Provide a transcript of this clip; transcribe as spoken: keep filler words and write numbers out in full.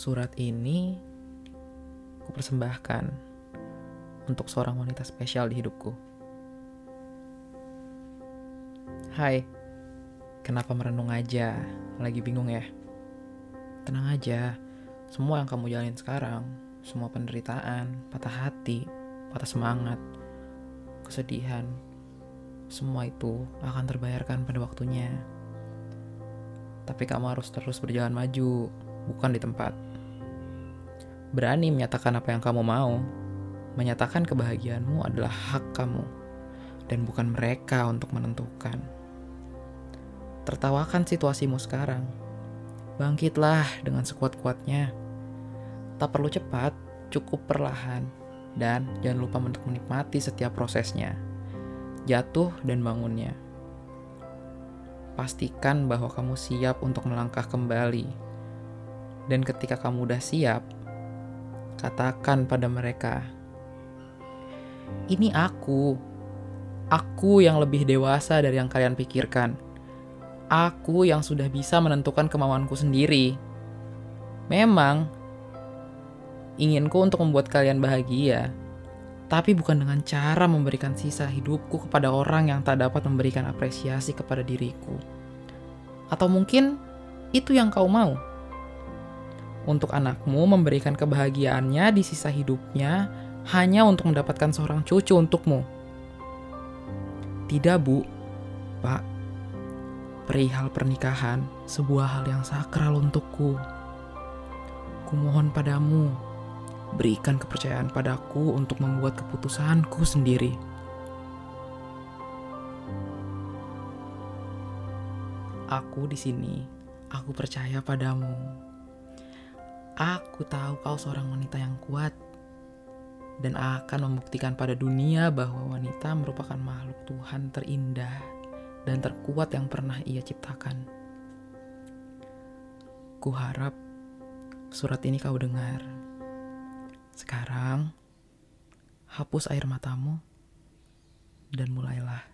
Surat ini kupersembahkan untuk seorang wanita spesial di hidupku. Hai, kenapa merenung aja? Lagi bingung ya? Tenang aja, semua yang kamu jalanin sekarang, semua penderitaan, patah hati, patah semangat, kesedihan, semua itu akan terbayarkan pada waktunya. Tapi kamu harus terus berjalan maju, bukan di tempat. Berani menyatakan apa yang kamu mau. Menyatakan kebahagiaanmu adalah hak kamu, dan bukan mereka untuk menentukan. Tertawakan situasimu sekarang. Bangkitlah dengan sekuat-kuatnya. Tak perlu cepat, cukup perlahan. Dan jangan lupa untuk menikmati setiap prosesnya. Jatuh dan bangunnya. Pastikan bahwa kamu siap untuk melangkah kembali. Dan ketika kamu udah siap, katakan pada mereka, ini aku. Aku yang lebih dewasa dari yang kalian pikirkan. Aku yang sudah bisa menentukan kemauanku sendiri. Memang, inginku untuk membuat kalian bahagia, tapi bukan dengan cara memberikan sisa hidupku kepada orang yang tak dapat memberikan apresiasi kepada diriku. Atau mungkin itu yang kau mau. Untuk anakmu memberikan kebahagiaannya di sisa hidupnya hanya untuk mendapatkan seorang cucu untukmu. Tidak, Bu, Pak. Perihal pernikahan sebuah hal yang sakral untukku. Kumohon padamu, berikan kepercayaan padaku untuk membuat keputusanku sendiri. Aku di sini, aku percaya padamu. Aku tahu kau seorang wanita yang kuat dan akan membuktikan pada dunia bahwa wanita merupakan makhluk Tuhan terindah dan terkuat yang pernah Ia ciptakan. Kuharap surat ini kau dengar. Sekarang, hapus air matamu dan mulailah.